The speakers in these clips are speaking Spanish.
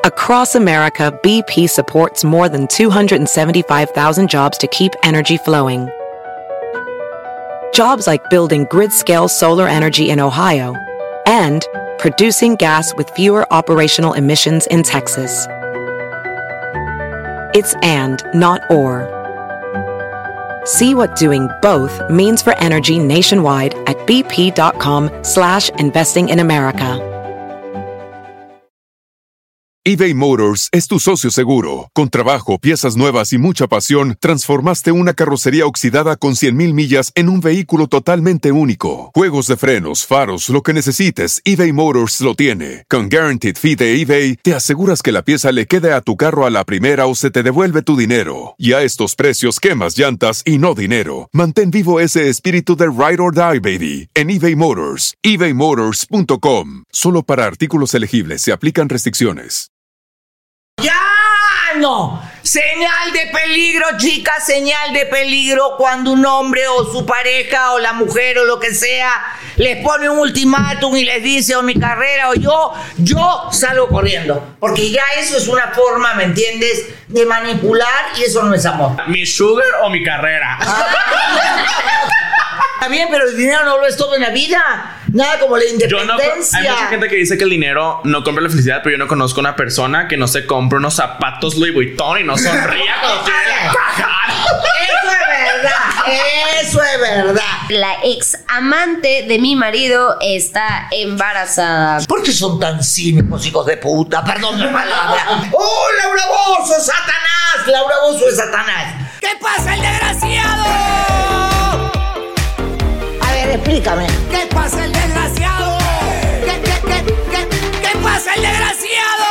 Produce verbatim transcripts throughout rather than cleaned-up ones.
Across America, B P supports more than two hundred seventy-five thousand jobs to keep energy flowing. Jobs like building grid-scale solar energy in Ohio and producing gas with fewer operational emissions in Texas. It's and, not or. See what doing both means for energy nationwide at bp.com slash investing in America. eBay Motors es tu socio seguro. Con trabajo, piezas nuevas y mucha pasión, transformaste una carrocería oxidada con cien mil millas en un vehículo totalmente único. Juegos de frenos, faros, lo que necesites, eBay Motors lo tiene. Con Guaranteed Fee de eBay, te aseguras que la pieza le quede a tu carro a la primera o se te devuelve tu dinero. Y a estos precios, quemas llantas y no dinero. Mantén vivo ese espíritu de Ride or Die, baby, en eBay Motors. ebay motors punto com. Solo para artículos elegibles se aplican restricciones. ¡Ya no! Señal de peligro, chicas, señal de peligro cuando un hombre o su pareja o la mujer o lo que sea les pone un ultimátum y les dice o mi carrera o yo, yo salgo corriendo. Porque ya eso es una forma, ¿me entiendes?, de manipular y eso no es amor. ¿Mi sugar o mi carrera? Está bien, pero el dinero no lo es todo en la vida. Nada como la independencia. Yo no, hay mucha gente que dice que el dinero no compra la felicidad, pero yo no conozco una persona que no se compre unos zapatos Louis Vuitton y no sonría cuando tiene que pagar. Eso es verdad, eso es verdad. La ex amante de mi marido está embarazada. ¿Por qué son tan cínicos, hijos de puta? Perdón la palabra. ¡Oh, Laura Bozzo, Satanás! Laura Bozzo es Satanás. ¿Qué pasa, el desgraciado? A ver, explícame. ¿Qué pasa, el desgraciado? ¿Qué, qué, qué, qué, qué pasa, el desgraciado?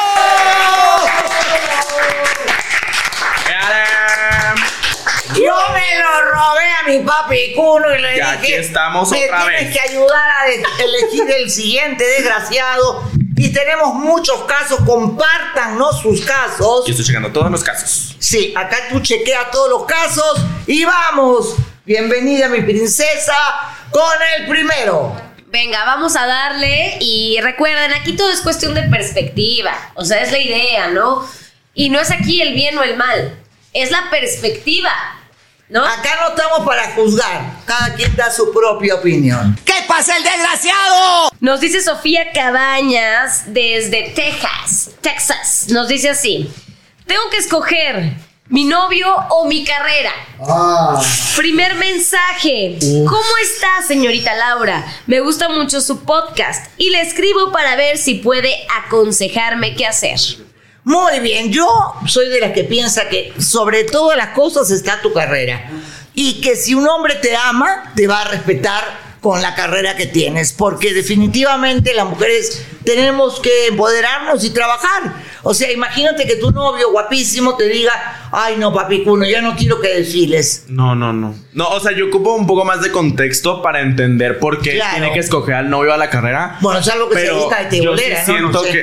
Yo me lo robé a mi papi Cuno y le ya dije, aquí estamos me otra tienes vez. que ayudar a de- elegir el siguiente desgraciado. Y tenemos muchos casos, compártanos sus casos. Yo estoy checando todos los casos. Sí, acá tú chequea todos los casos y vamos. Bienvenida, mi princesa, con el primero. Venga, vamos a darle y recuerden, aquí todo es cuestión de perspectiva. O sea, es la idea, ¿no? Y no es aquí el bien o el mal, es la perspectiva, ¿no? Acá no estamos para juzgar. Cada quien da su propia opinión. ¿Qué pasa, el desgraciado? Nos dice Sofía Cabañas desde Texas, Texas. Nos dice así: tengo que escoger mi novio o mi carrera. Ah. Primer mensaje. ¿Cómo está, señorita Laura? Me gusta mucho su podcast y le escribo para ver si puede aconsejarme qué hacer. Muy bien, yo soy de las que piensa que sobre todas las cosas está tu carrera. Y que si un hombre te ama, te va a respetar con la carrera que tienes. Porque definitivamente las mujeres tenemos que empoderarnos y trabajar. O sea, imagínate que tu novio guapísimo te diga: ay no, papi Cuno, ya no quiero que desfiles. No, no, no. No, o sea, yo ocupo un poco más de contexto para entender por qué Claro. tiene que escoger al novio a la carrera. Bueno, es algo que Pero se dedica de tebolera, yo sí ¿no? siento No sé. que...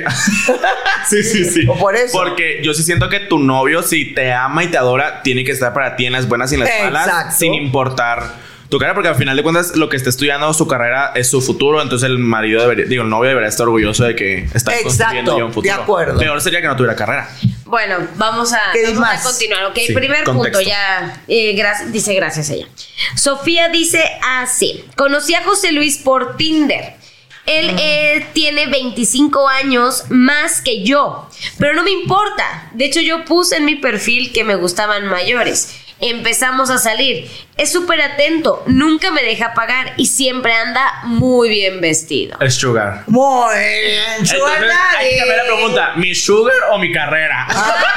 sí, sí, sí. O por eso. Porque yo sí siento que tu novio, si te ama y te adora, tiene que estar para ti en las buenas y en las malas, Exacto. sin importar tu carrera, porque al final de cuentas lo que está estudiando su carrera es su futuro. Entonces el marido debería, digo, el novio debería estar orgulloso de que está Exacto, construyendo ya un futuro. de acuerdo. Peor sería que no tuviera carrera. Bueno, vamos a, ¿Qué vamos más? a continuar. Ok, Sí, primer contexto. punto ya. Eh, gra- dice gracias ella. Sofía dice así: conocí a José Luis por Tinder. Él eh, tiene veinticinco años más que yo, pero no me importa. De hecho, yo puse en mi perfil que me gustaban mayores. Empezamos a salir. Es súper atento, nunca me deja pagar y siempre anda muy bien vestido. Es sugar. Muy bien, Sugar Entonces, hay que Daddy. cambiar la pregunta: ¿mi sugar o mi carrera?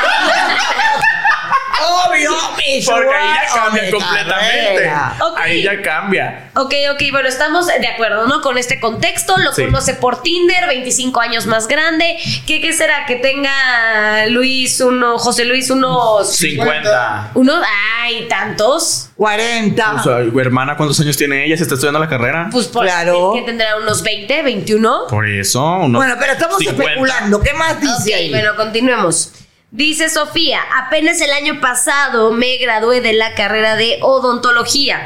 Obvio, mi Porque ahí sugar ya o cambia mi completamente. carrera. Ok. Ahí ya cambia. Ok, ok, bueno, estamos de acuerdo, ¿no? Con este contexto, lo Sí. conoce por Tinder, veinticinco años más grande. ¿Qué, qué será? Que tenga Luis uno, José Luis unos... cincuenta. Uno, ay, ¿tantos? cuarenta. O sea, hermana, ¿cuántos años tiene ella? ¿Se está estudiando la carrera? Pues por Claro. que tendrá unos veinte, veintiuno. Por eso, unos Bueno, pero estamos cincuenta. especulando. ¿Qué más dice Ok, ahí? bueno, continuemos. Dice Sofía: apenas el año pasado me gradué de la carrera de odontología.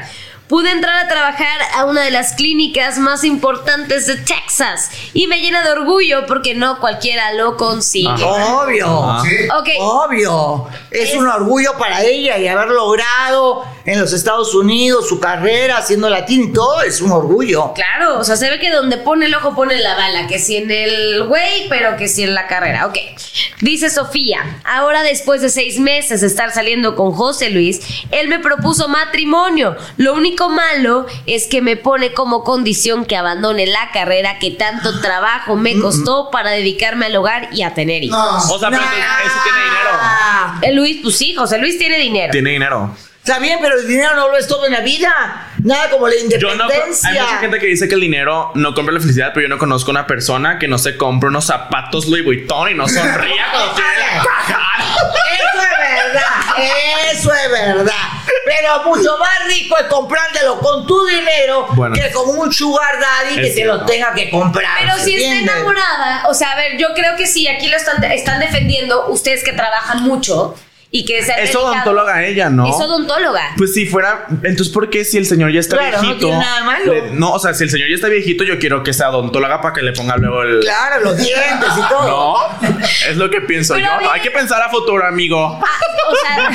Pude entrar a trabajar a una de las clínicas más importantes de Texas y me llena de orgullo porque no cualquiera lo consigue. Ajá. Obvio. Ajá. Sí. Ok. Obvio. Es, Es- un orgullo para ella y haber logrado en los Estados Unidos su carrera siendo latina y todo es un orgullo. Claro, o sea, se ve que donde pone el ojo pone la bala, que si en el güey, pero que si en la carrera. Ok. Dice Sofía, ahora después de seis meses de estar saliendo con José Luis, él me propuso matrimonio. Lo único malo es que me pone como condición que abandone la carrera que tanto trabajo me costó para dedicarme al hogar y a tener hijos. No. O sea, pero entonces, ese tiene dinero. Ah, El Luis, pues sí, José Luis tiene dinero. Tiene dinero. está bien, pero el dinero no lo es todo en la vida. Nada como la Yo no. Hay independencia. mucha gente que dice que el dinero no compra la felicidad, pero yo no conozco una persona que no se compre unos zapatos Louis Vuitton y no sonría cuando tiene la caja. Eso es verdad, eso es verdad. Pero mucho más rico es comprártelo con tu dinero Bueno. que con un sugar daddy que Es te lo cierto. tenga que comprar. Pero si está ¿entiendes? enamorada, o sea, a ver, yo creo que sí, aquí lo están, están defendiendo ustedes que trabajan mucho y que se han Es dedicado- odontóloga ella, ¿no? Es odontóloga. Pues si fuera, entonces ¿por qué si el señor ya está Claro, no viejito? tiene nada de malo. le- no, o sea, si el señor ya está viejito, yo quiero que sea odontóloga para que le ponga luego el. Claro, los dientes y todo. No, es lo que pienso Pero yo. a No, ver- hay que pensar a futuro, amigo. Ah, o sea,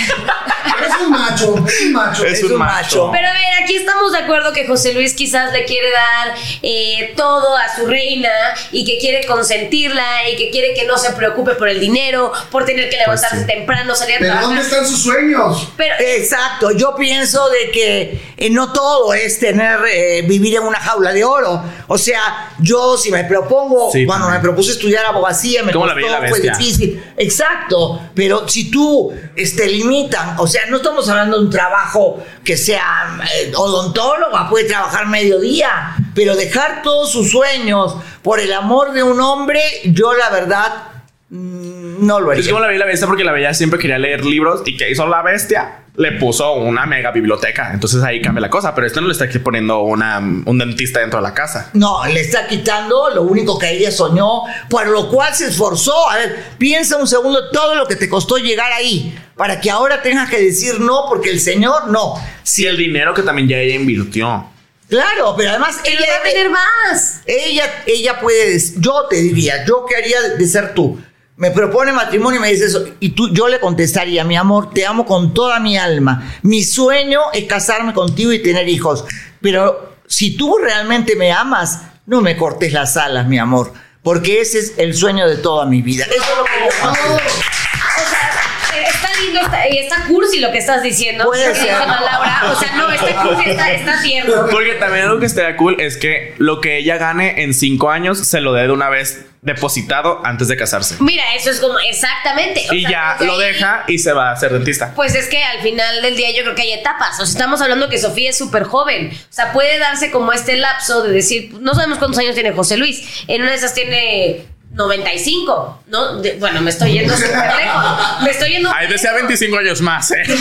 Es un macho, es un macho. Es Es un un macho. macho. pero a ver, aquí estamos de acuerdo que José Luis quizás le quiere dar eh, todo a su reina y que quiere consentirla y que quiere que no se preocupe por el dinero, por tener que levantarse Pues sí. temprano, salir a ¿Pero trabajar. dónde están sus sueños? Pero Exacto, yo pienso de que eh, no todo es tener, eh, vivir en una jaula de oro. O sea, yo si me propongo, Sí, cuando también. me propuse estudiar abogacía, me Como la costó, Bella y la fue Bestia. difícil. Exacto, pero si tú este, limitan, o sea, no estamos hablando de un trabajo que sea eh, odontóloga, puede trabajar mediodía, pero dejar todos sus sueños por el amor de un hombre, yo la verdad mm, no lo haría. Es como la Bella y la Bestia, porque la Bella siempre quería leer libros. ¿Y qué hizo la Bestia? Le puso una mega biblioteca. Entonces ahí cambia la cosa. Pero esto no le está poniendo una, un dentista dentro de la casa. No, le está quitando lo único que ella soñó, por lo cual se esforzó. A ver, piensa un segundo todo lo que te costó llegar ahí, para que ahora tengas que decir no, porque el señor no. Si el dinero que también ya ella invirtió. Claro, pero además pero ella va a debe- tener más. ella, ella puede, dec- yo te diría, yo qué haría de ser tú. Me propone matrimonio y me dice eso. Y tú, yo le contestaría, mi amor, te amo con toda mi alma. Mi sueño es casarme contigo y tener hijos. Pero si tú realmente me amas, no me cortes las alas, mi amor. Porque ese es el sueño de toda mi vida. Eso es lo que yo hago. O sea, eh, está lindo está, y está cursi lo que estás diciendo. Puede Lo que ser. dice Ana Laura. O sea, no, está cursi, está, está tierno. Porque también algo que estaría cool es que lo que ella gane en cinco años se lo dé de una vez depositado antes de casarse. Mira, eso es como exactamente. o Y sea, ya desde lo ahí- deja y se va a ser dentista. Pues es que al final del día yo creo que hay etapas. O sea, estamos hablando que Sofía es súper joven. O sea, puede darse como este lapso de decir, no sabemos cuántos años tiene José Luis. En una de esas tiene noventa y cinco, ¿no? De- bueno, me estoy yendo súper lejos. Me estoy yendo... Ahí decía veinticinco años más, ¿eh?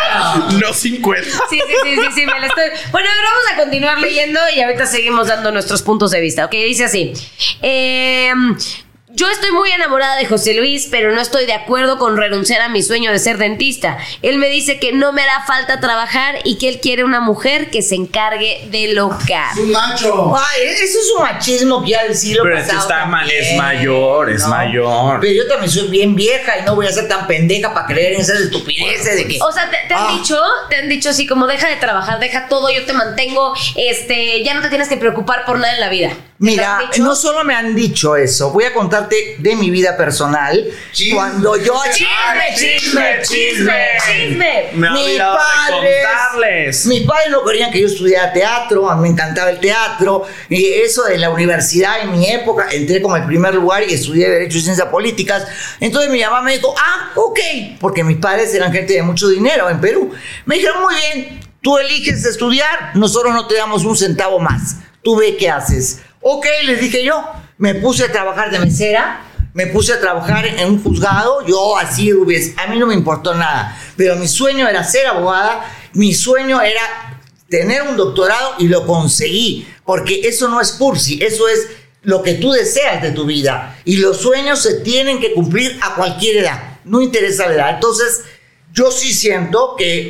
No cincuenta. Sí, sí, sí, sí, sí, me la estoy... Bueno, a ver, vamos a continuar leyendo y ahorita seguimos dando nuestros puntos de vista. Ok, dice así. Eh... Yo estoy muy enamorada de José Luis, pero no estoy de acuerdo con renunciar a mi sueño de ser dentista. Él me dice que no me hará falta trabajar y que él quiere una mujer que se encargue del hogar. Es un macho. Ay, eso es un machismo que ya del siglo Pero es que pasado está mal, también, es mayor, es mayor. Pero yo también soy bien vieja y no voy a ser tan pendeja para creer en esas estupideces de que... O sea, te, te han Ah. dicho, te han dicho así como deja de trabajar, deja todo, yo te mantengo, este, ya no te tienes que preocupar por nada en la vida. ¿Te Mira, han dicho? no solo me han dicho eso, voy a contarte de mi vida personal. Chisme. Cuando yo... ¡Chisme, chisme, chisme, chisme! Me ha Mis olvidado de padres- contarles. Mis padres no querían que yo estudiara teatro, a mí me encantaba el teatro, y eso de la universidad en mi época, entré como en primer lugar y estudié Derecho y Ciencias Políticas. Entonces mi mamá me dijo, ah, ok, porque mis padres eran gente de mucho dinero en Perú. Me dijeron, muy bien, tú eliges estudiar, nosotros no te damos un centavo más, tú ve qué haces. Ok, les dije yo, me puse a trabajar de mesera, me puse a trabajar en un juzgado, yo así hubiese, a mí no me importó nada, pero mi sueño era ser abogada, mi sueño era tener un doctorado y lo conseguí, porque eso no es cursi, eso es lo que tú deseas de tu vida, y los sueños se tienen que cumplir a cualquier edad, no interesa la edad. Entonces, yo sí siento que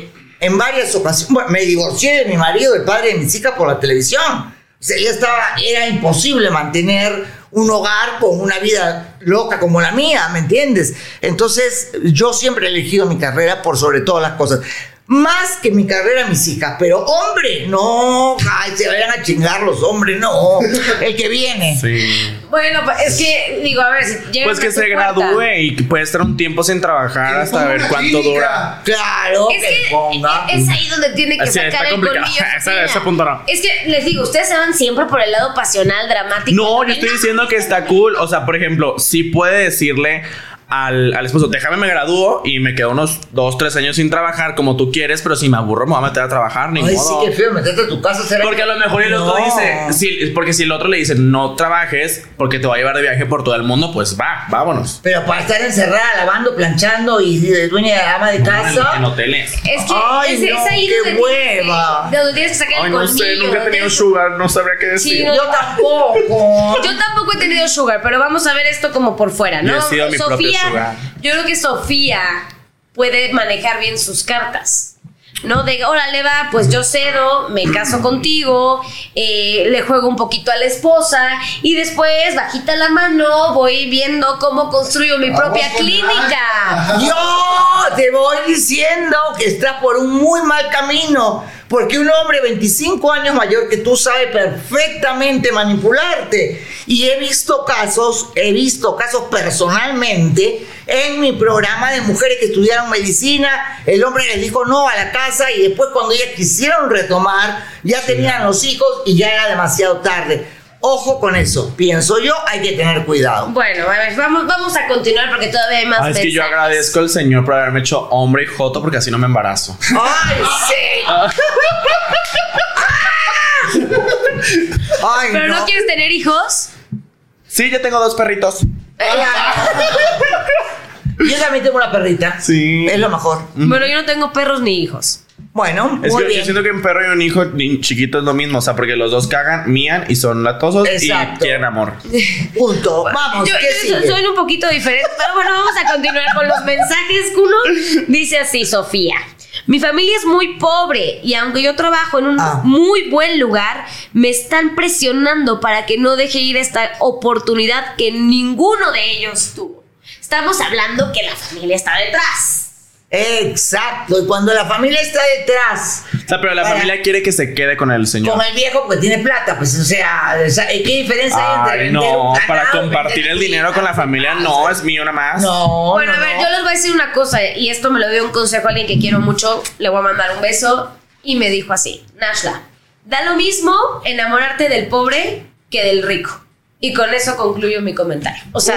en varias ocasiones. Bueno, me divorcié de mi marido, el padre de mis hijas, por la televisión. O sea, ya estaba, era imposible mantener un hogar con una vida loca como la mía, ¿me entiendes? Entonces, yo siempre he elegido mi carrera por sobre todas las cosas. Más que mi carrera, mis hijas. Pero hombre, no, ay, se vayan a chingar los hombres, no. El que viene. Sí. Bueno, es que, digo, a ver, si llegan Pues que a tu se puerta. gradúe y que puede estar un tiempo sin trabajar Que hasta ponga ver una cuánto clínica. dura. Claro, Es que que ponga. es ahí donde tiene que Así, sacar está el complicado. colmillo. Ese- Sofía. ese punto no. Es que les digo, ustedes se van siempre por el lado pasional, dramático. No, yo estoy diciendo que está cool. O sea, por ejemplo, si puede decirle al, al esposo, déjame me gradúo y me quedo unos dos, tres años sin trabajar como tú quieres, pero si me aburro me voy a meter a trabajar, ni Ay, modo. sí, qué feo, meterte a tu casa. ¿será? Porque a lo mejor el otro No. dice, si, porque si el otro le dice no trabajes porque te va a llevar de viaje por todo el mundo, pues va, vámonos. Pero para estar encerrada, lavando, planchando y de dueña de ama de casa. En, en hoteles. Es que Ay, es, no, es ahí qué donde hueva. Tienes que, donde tienes que sacar Ay, el no colmillo. sé, nunca he donde tenido tienes- sugar, no sabría qué decir. Sí, no. Yo tampoco. Yo tampoco he tenido sugar, pero vamos a ver esto como por fuera, ¿no? Yo he sido mi propio sugar. Yo creo que Sofía puede manejar bien sus cartas. No, de órale va, pues yo cedo, me caso contigo, eh, le juego un poquito a la esposa y después, bajita la mano, voy viendo cómo construyo mi propia Vamos con clínica. Yo te voy diciendo que estás por un muy mal camino. Porque un hombre veinticinco años mayor que tú sabe perfectamente manipularte. Y he visto casos, he visto casos personalmente en mi programa de mujeres que estudiaron medicina. El hombre les dijo no a la casa y después cuando ellas quisieron retomar, ya tenían los hijos y ya era demasiado tarde. Ojo con eso, pienso yo, hay que tener cuidado. Bueno, a ver, vamos, vamos a continuar porque todavía hay más Ah, es que yo mensajes. agradezco al Señor por haberme hecho hombre y joto porque así no me embarazo. ¡Ay, sí! Ay, ¿Pero no quieres tener hijos? Sí, yo tengo dos perritos. Yo también tengo una perrita. Sí. Es lo mejor. Bueno, yo no tengo perros ni hijos. Bueno, Es muy que bien. yo siento que un perro y un hijo ni- chiquito es lo mismo, o sea, porque los dos cagan, mían y son latosos Exacto. y quieren amor. Punto. Vamos, Yo, ¿qué yo sigue? soy un poquito diferente, pero bueno, vamos a continuar con los mensajes. Uno dice así, Sofía. Mi familia es muy pobre y aunque yo trabajo en un Ah. muy buen lugar, me están presionando para que no deje ir esta oportunidad que ninguno de ellos tuvo. Estamos hablando que la familia está detrás. Exacto. Y cuando la familia está detrás, O sea, pero la Para- familia quiere que se quede con el Señor. con el viejo porque tiene plata, pues, o sea, o sea, ¿qué diferencia hay entre Ay, vender un no, ganado para y compartir vender el dinero vida? con la familia, no, es mío nada más. No, Bueno, no, a ver, no. yo les voy a decir una cosa y esto me lo dio un consejo a alguien que quiero mucho. Le voy a mandar un beso y me dijo así, Nashla, da lo mismo enamorarte del pobre que del rico. Y con eso concluyo mi comentario. O sea,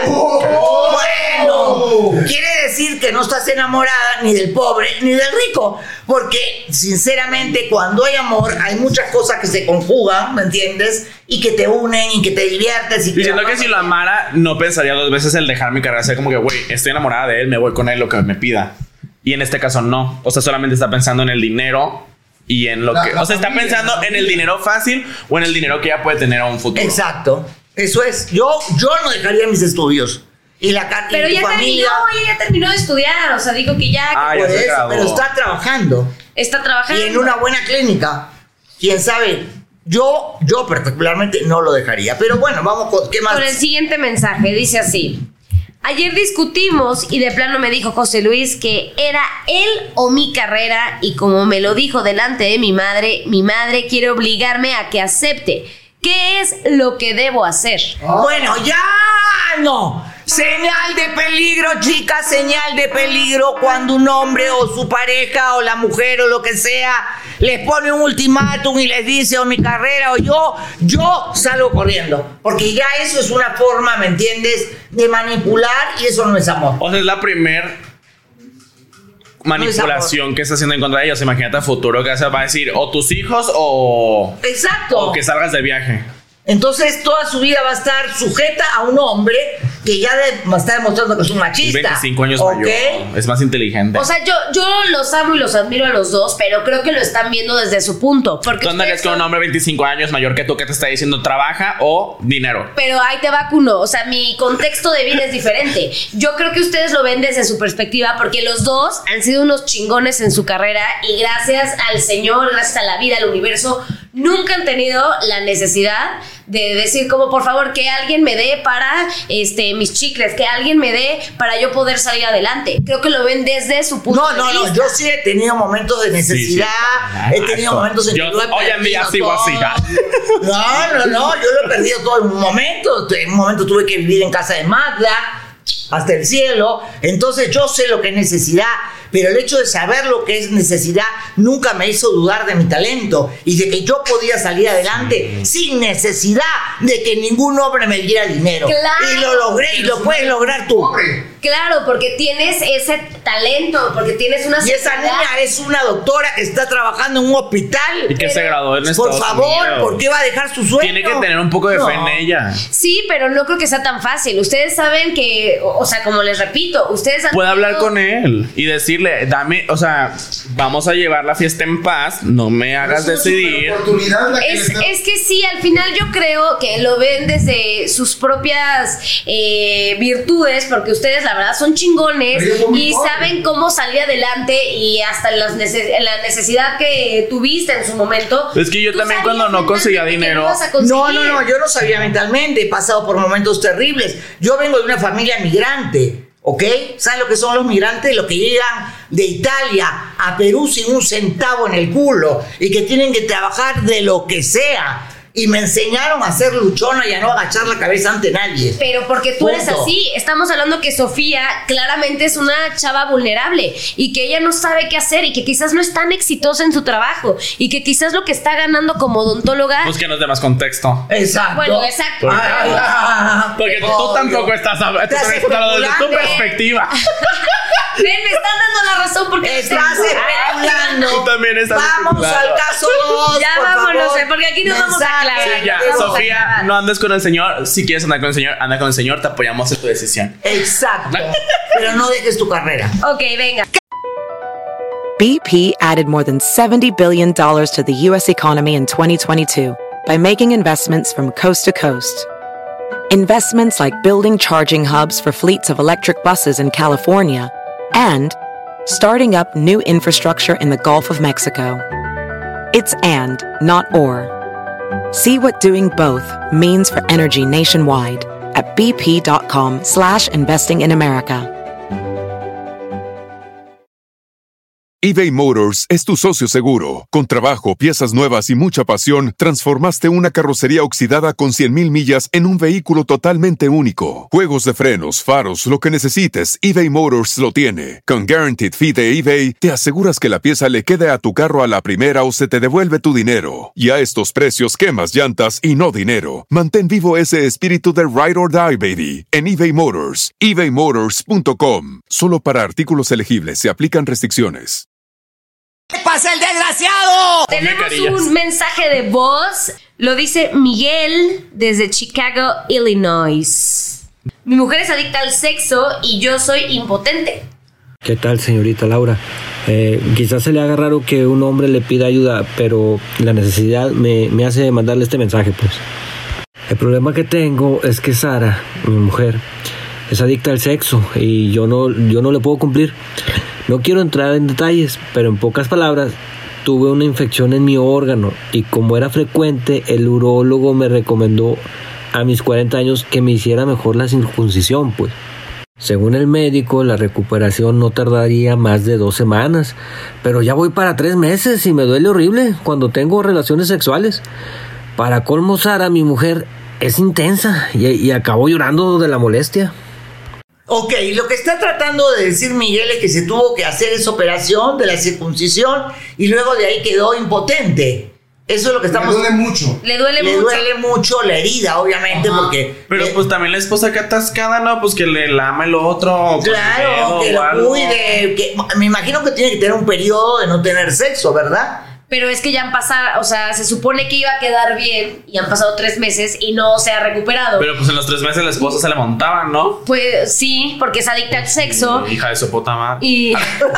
Bueno, quiere decir que no estás enamorada ni del pobre ni del rico, porque sinceramente cuando hay amor hay muchas cosas que se conjugan, ¿me entiendes? Y que te unen y que te diviertes y que Diciendo la que pasas si lo amara, no pensaría dos veces el dejar mi carrera. Sea como que, güey, estoy enamorada de él, me voy con él lo que me pida. Y en este caso no. O sea, solamente está pensando en el dinero y en lo La- que... la o sea, está familia, pensando la en el dinero fácil o en el dinero que ella puede tener a un futuro. Exacto, eso es. Yo, yo no dejaría mis estudios. Y la ca- y pero tu ya familia, terminó, ella ya terminó de estudiar. O sea, digo que ya Ah, que ya por se eso, graduó. pero está trabajando. está trabajando. Y en una buena clínica. Quién sabe. Yo, yo particularmente no lo dejaría. Pero bueno, vamos con qué más. Con el siguiente mensaje, dice así. Ayer discutimos y de plano me dijo José Luis que era él o mi carrera y como me lo dijo delante de mi madre, mi madre quiere obligarme a que acepte. ¿Qué es lo que debo hacer? Bueno, ya no. Señal de peligro, chicas, señal de peligro cuando un hombre o su pareja o la mujer o lo que sea les pone un ultimátum y les dice o mi carrera o yo, yo salgo corriendo. Porque ya eso es una forma, ¿me entiendes?, de manipular y eso no es amor. O sea, es la primer manipulación que está haciendo en contra de ellos. Imagínate a futuro que va a decir o tus hijos o, Exacto. o que salgas de viaje. Entonces toda su vida va a estar sujeta a un hombre que ya de, me está demostrando que es un machista. veinticinco años ¿okay? mayor. Es más inteligente. O sea, yo, yo los amo y los admiro a los dos, pero creo que lo están viendo desde su punto. Porque ¿tú andarías con son... un hombre veinticinco años mayor que tú que te está diciendo trabaja o dinero? Pero ahí te vacuno. O sea, mi contexto de vida es diferente. Yo creo que ustedes lo ven desde su perspectiva porque los dos han sido unos chingones en su carrera y gracias al Señor, gracias a la vida, al universo, nunca han tenido la necesidad de decir como por favor que alguien me dé para este mis chicles, que alguien me dé para yo poder salir adelante. Creo que lo ven desde su punto no, de no, vista. No, no, yo sí he tenido momentos de necesidad, sí, sí. he tenido momentos en yo, que lo he hoy en día sigo todo. así. No, no, no, yo lo he perdido todo en un momento. En un momento tuve que vivir en casa de Magda hasta el cielo. Entonces yo sé lo que es necesidad, pero el hecho de saber lo que es necesidad nunca me hizo dudar de mi talento y de que yo podía salir adelante sin necesidad de que ningún hombre me diera dinero. Claro. Y lo logré y lo puedes lograr tú. Claro, porque tienes ese talento, porque tienes una Y esa sociedad. niña es una doctora que está trabajando en un hospital. Y que se graduó en Por Estados favor, Unidos. ¿por qué va a dejar su sueño? Tiene que tener un poco de No. fe en ella. Sí, pero no creo que sea tan fácil. Ustedes saben que, o sea, como les repito, ustedes han Puede hablar tenido- con él y decirle, dame, o sea, vamos a llevar la fiesta en paz, no me hagas Es una decidir. superoportunidad la que Es, le está- es que sí, al final yo creo que lo ven desde sus propias eh, virtudes, porque ustedes la verdad son chingones Pero yo soy muy y pobre. saben cómo salir adelante y hasta las nece- la necesidad que tuviste en su momento. Es que yo Tú también sabías cuando no conseguía mentalmente que dinero- lo ibas a conseguir. No, no, no, yo no sabía mentalmente, he pasado por momentos terribles. Yo vengo de una familia migrante, ¿ok? ¿Sabes lo que son los migrantes? Los que llegan de Italia a Perú sin un centavo en el culo y que tienen que trabajar de lo que sea. Y me enseñaron a ser luchona y a no agachar la cabeza ante nadie. Pero porque tú eres Punto. así. Estamos hablando que Sofía claramente es una chava vulnerable y que ella no sabe qué hacer y que quizás no es tan exitosa en su trabajo y que quizás lo que está ganando como odontóloga. Búsquenos de más contexto. Exacto. Bueno, exacto. Ay, ah, Porque tú obvio. tampoco estás hablando, tú Estás estás hablando desde tu especulando. perspectiva. Ven, me están dando la razón porque Estás especulando. Tú también estás Vamos especulando. al caso dos. Ya por vámonos, favor. eh, porque aquí nos vamos a Mensaje. aclarar. Sí, ya, Vamos a Sofía, acabar. no andes con el Señor. Si quieres andar con el Señor, anda con el Señor, te apoyamos en tu decisión. Exacto. Pero no dejes tu carrera. Ok, venga. B P added more than seventy billion dollars to the U S economy in twenty twenty-two by making investments from coast to coast. Investments like building charging hubs for fleets of electric buses in California and starting up new infrastructure in the Gulf of Mexico. It's and, not or. See what doing both means for energy nationwide at bp.com slash investing in America. eBay Motors es tu socio seguro. Con trabajo, piezas nuevas y mucha pasión, transformaste una carrocería oxidada con cien mil millas en un vehículo totalmente único. Juegos de frenos, faros, lo que necesites, eBay Motors lo tiene. Con Guaranteed Fee de eBay, te aseguras que la pieza le quede a tu carro a la primera o se te devuelve tu dinero. Y a estos precios, quemas llantas y no dinero. Mantén vivo ese espíritu de Ride or Die, baby, en eBay Motors. ebay motors punto com. Solo para artículos elegibles se aplican restricciones. ¿Qué pasa el desgraciado? Tenemos carillas. un mensaje de voz. Lo dice Miguel desde Chicago, Illinois. Mi mujer es adicta al sexo y yo soy impotente. ¿Qué tal, señorita Laura? Eh, quizás se le haga raro que un hombre le pida ayuda, pero la necesidad me, me hace mandarle este mensaje, pues. El problema que tengo es que Sara, mi mujer, es adicta al sexo y yo no, yo no le puedo cumplir. No quiero entrar en detalles, pero en pocas palabras, tuve una infección en mi órgano y como era frecuente, el urólogo me recomendó a mis cuarenta años que me hiciera mejor la circuncisión, pues. Según el médico, la recuperación no tardaría más de dos semanas, pero ya voy para tres meses y me duele horrible cuando tengo relaciones sexuales. Para colmo, Sara, mi mujer, es intensa y, y acabó llorando de la molestia. Ok, lo que está tratando de decir Miguel es que se tuvo que hacer esa operación de la circuncisión y luego de ahí quedó impotente. Eso es lo que Me estamos... duele mucho. Le duele Le mucho. duele mucho la herida, obviamente, Ajá. porque... Pero eh, pues también la esposa que atascada, ¿no? Pues que le lama el otro. con el Claro, dedo que o lo algo. cuide, que me imagino que tiene que tener un periodo de no tener sexo, ¿verdad? pero es que ya han pasado, o sea, se supone que iba a quedar bien y han pasado tres meses y no se ha recuperado. Pero pues en los tres meses la esposa se le montaban, ¿no? Pues sí, porque es adicta al sexo. Sí, hija de su puta madre. Y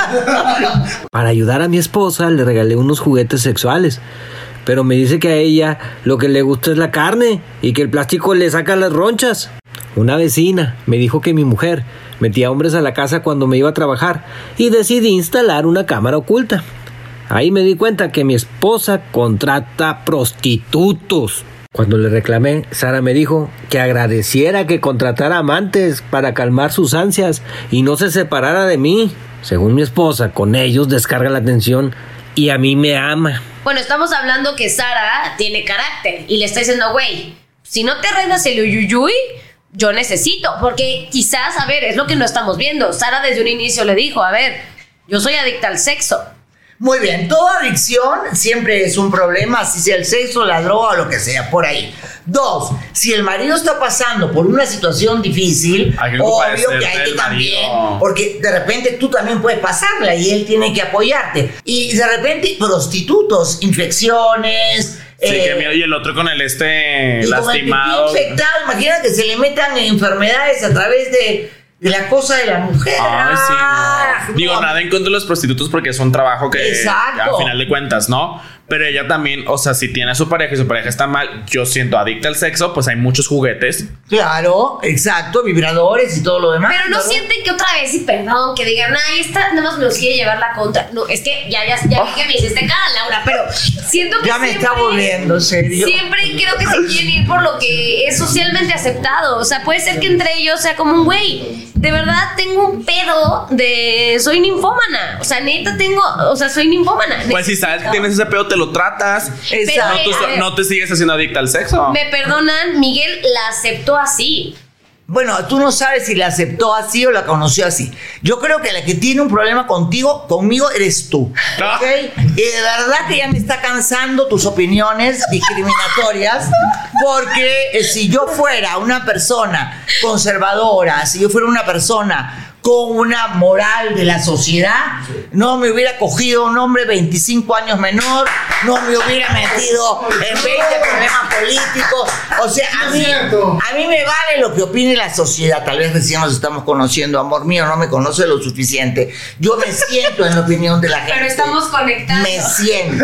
Para ayudar a mi esposa le regalé unos juguetes sexuales, pero me dice que a ella lo que le gusta es la carne y que el plástico le saca las ronchas. Una vecina me dijo que mi mujer metía hombres a la casa cuando me iba a trabajar y decidí instalar una cámara oculta. Ahí me di cuenta que mi esposa contrata prostitutos. Cuando le reclamé, Sara me dijo que agradeciera que contratara amantes para calmar sus ansias y no se separara de mí. Según mi esposa, con ellos descarga la atención y a mí me ama. bueno, estamos hablando que Sara tiene carácter y le está diciendo, güey, si no te arreglas el uyuyuy, yo necesito, porque quizás, a ver, es lo que no estamos viendo. Sara desde un inicio le dijo, a ver, yo soy adicta al sexo. Muy bien, toda adicción siempre es un problema, si sea el sexo, la droga o lo que sea, por ahí. Dos, si el marido está pasando por una situación difícil, hay que obvio que hay que también, porque de repente tú también puedes pasarla y él tiene que apoyarte. Y de repente prostitutos, infecciones... Sí, eh, qué miedo. Y el otro con el este y lastimado. Con el pipí infectado, imagina que se le metan enfermedades a través de... de la cosa de la mujer. Ay, sí, Ah, no. Digo, no. nada en contra de los prostitutos porque es un trabajo que Exacto. al final de cuentas, ¿no? Pero ella también, o sea, si tiene a su pareja y su pareja está mal, yo siento adicta al sexo, pues hay muchos juguetes. Claro, exacto, vibradores y todo lo demás. Pero no ¿verdad? sienten que otra vez, y perdón, que digan, ay, esta nada más me los quiere llevar la contra. No, es que ya, ya, ya vi que me hiciste cara, Laura, pero siento que Ya me siempre, está volviendo, en serio. Siempre creo que se quieren ir por lo que es socialmente aceptado. O sea, puede ser que entre ellos sea como un güey, de verdad tengo un pedo de soy ninfómana. O sea, neta tengo, o sea, soy ninfómana. Pues si sabes que tienes ese pedo, te lo tratas. Exacto. No, tú- a ver. no te sigues haciendo adicta al sexo. Me perdonan, Miguel la aceptó así. Bueno, tú no sabes si la aceptó así o la conoció así. Yo creo que la que tiene un problema contigo, conmigo, eres tú. No. ¿Ok? Y de verdad que ya me está cansando tus opiniones discriminatorias, porque eh, si yo fuera una persona conservadora, si yo fuera una persona con una moral de la sociedad, no me hubiera cogido un hombre veinticinco años menor, no me hubiera metido en veinte problemas políticos. O sea, a mí, a mí me vale lo que opine la sociedad. Tal vez recién nos estamos conociendo, amor mío, no me conoce lo suficiente. Yo me siento en la opinión de la gente. Pero estamos conectados. Me siento.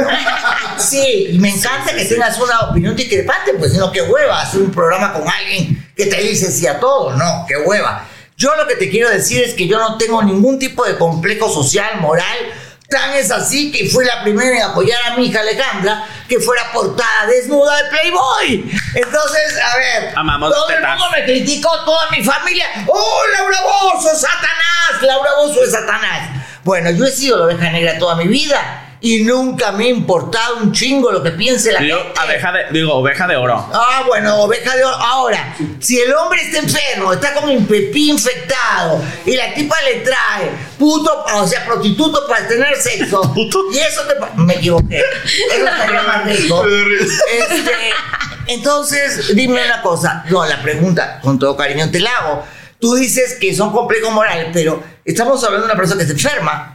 Sí, y me encanta que tengas una opinión discrepante, pues no, qué hueva hacer un programa con alguien que te dice sí a todo. No, qué hueva. Yo lo que te quiero decir es que yo no tengo ningún tipo de complejo social, moral. Tan es así que fui la primera en apoyar a mi hija Alejandra que fuera portada desnuda de Playboy. Entonces, a ver, Amamos todo el tetas. mundo me criticó, toda mi familia. ¡Oh, Laura Bozzo, Satanás! Laura Bozzo es Satanás. Bueno, yo he sido la oveja negra toda mi vida y nunca me ha importado un chingo lo que piense la Digo, gente. abeja de, digo, oveja de oro. Ah, bueno, oveja de oro. Ahora, si el hombre está enfermo, está con un pepí infectado y la tipa le trae puto, o sea, prostituto para tener sexo, y eso te... pa- Me equivoqué. Eso estaría más rico. Este, entonces, dime una cosa. No, la pregunta, con todo cariño te la hago. Tú dices que son complejos morales, pero estamos hablando de una persona que se enferma.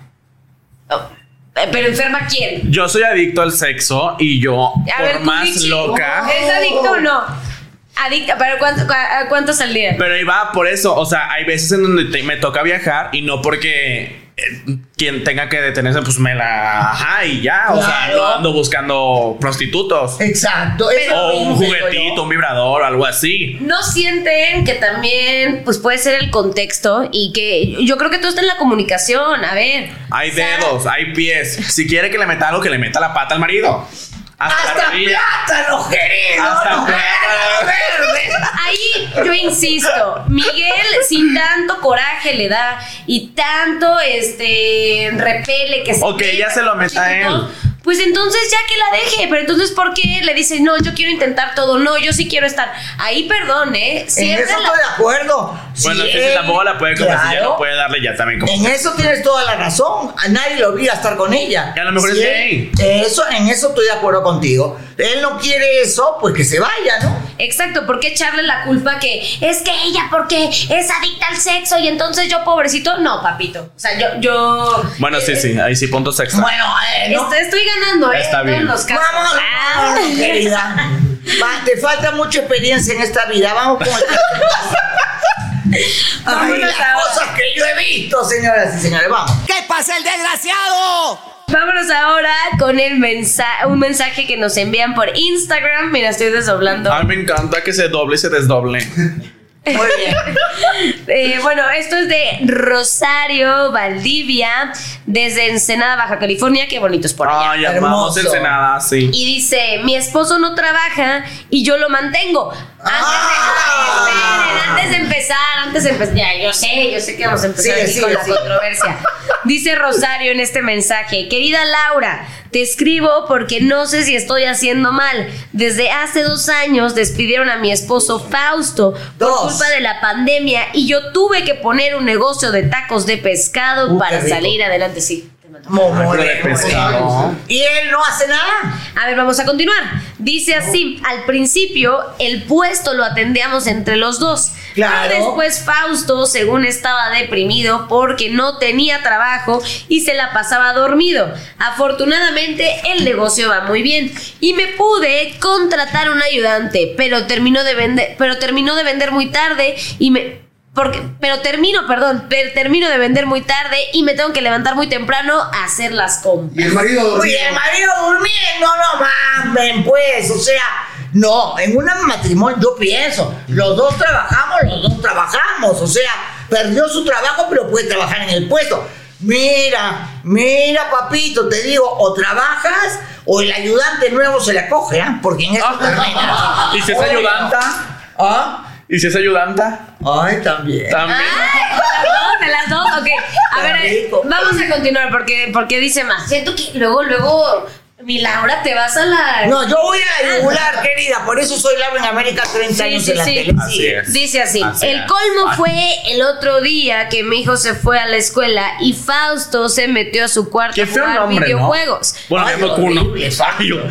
Eh, Pero enferma quién? Yo soy adicto al sexo y yo, A por ver, tú, más Richie, loca. ¿es adicto o no? Adicta, pero ¿cuánto, cu- a- ¿cuántos al día? Pero ahí va por eso. O sea, hay veces en donde te- me toca viajar y no porque eh, quien tenga que detenerse, pues me la. Ajá, y ya. O sea, Claro. no ando buscando prostitutos. Exacto. eso O mismo un que digo juguetito, yo. un vibrador, algo así. ¿No sienten que también pues puede ser el contexto y que yo creo que todo está en la comunicación? A ver. Hay Sara, dedos, hay pies. Si quiere que le meta algo, que le meta la pata al marido. Hasta, la Hasta rodilla. plátano, querido. Hasta no, plátano. verde. Ahí yo insisto, Miguel sin tanto coraje le da y tanto este repele que se O que ella se lo meta a él. Pues entonces ya que la deje, pero entonces ¿por qué le dice no, yo quiero intentar todo, no, yo sí quiero estar? Ahí perdón, ¿eh? En Siempre eso la- estoy de acuerdo. Bueno, Si es que si él- tampoco la puede convencer, ya claro, no puede darle ya también como. En eso tienes toda la razón. A nadie le obliga a estar con ella. Que a lo mejor Si es él- Eso, en eso estoy de acuerdo contigo. Él no quiere eso, pues que se vaya, ¿no? Exacto, ¿por qué echarle la culpa que es que ella porque es adicta al sexo y entonces yo pobrecito? No, papito. O sea, yo... yo bueno, eh, sí, sí, ahí sí, puntos extra. Bueno, eh, ¿no? estoy, estoy ganando, ¿eh? Está en bien. todos los casos. Vamos, Ah. vamos, querida. Va, te falta mucha experiencia en esta vida. Vamos con el... Ay, Vámonos las ahora. cosas que yo he visto, señoras y señores. Vamos. ¿Qué pasa, el desgraciado? Vámonos ahora con el mensaje, un mensaje que nos envían por Instagram. Mira, estoy desdoblando. A mí me encanta que se doble y se desdoble. Muy bien. Eh, bueno, esto es de Rosario Valdivia, desde Ensenada, Baja California. Qué bonito es por allá. Ay, amamos Hermoso. Ensenada, sí. Y dice, mi esposo no trabaja y yo lo mantengo. Antes de, Ah. esperen, antes de empezar, antes de empezar, ya, yo sé, yo sé que vamos a empezar Sigue, aquí sigue, con la sigue. controversia. Dice Rosario en este mensaje, querida Laura, te escribo porque no sé si estoy haciendo mal. Desde hace dos años despidieron a mi esposo Fausto por Dos. culpa de la pandemia y yo tuve que poner un negocio de tacos de pescado Uh, para qué rico. salir adelante. Sí. Muy, muy Algo de bien, muy pescado. bien. ¿Y él no hace nada? A ver, vamos a continuar. Dice así, al principio el puesto lo atendíamos entre los dos. Claro. Pero después Fausto, según estaba deprimido porque no tenía trabajo y se la pasaba dormido. Afortunadamente el negocio va muy bien y me pude contratar un ayudante, pero terminó de vender, pero terminó de vender muy tarde y me Porque, pero termino, perdón, pero termino de vender muy tarde y me tengo que levantar muy temprano a hacer las compras. Y el marido dormido. Oye, el marido durmiendo, no mamen, pues, o sea, no, en un matrimonio yo pienso, los dos trabajamos, los dos trabajamos, o sea, perdió su trabajo, pero puede trabajar en el puesto. Mira, mira, papito, te digo, o trabajas o el ayudante nuevo se la coge, ¿eh? Porque en eso termina. ¿Y si es ayudanta? ¿Ah? ¿Y si es ayudanta? Ay, también. También. Ay, de las dos, de las dos, ok. A ver, eh, rico. vamos a continuar porque, porque dice más. Siento que luego, luego, mi Laura, te vas a la... No, yo voy a la yugular, querida, por eso soy Laura en América treinta Sí, años sí, en la sí. tele. Así Sí. es. Dice así, Así el es. colmo Ay. fue el otro día que mi hijo se fue a la escuela y Fausto se metió a su cuarto Qué a feo jugar nombre, videojuegos. ¿no? Bueno, Ay, me llamo Kuno. horrible, Fabio.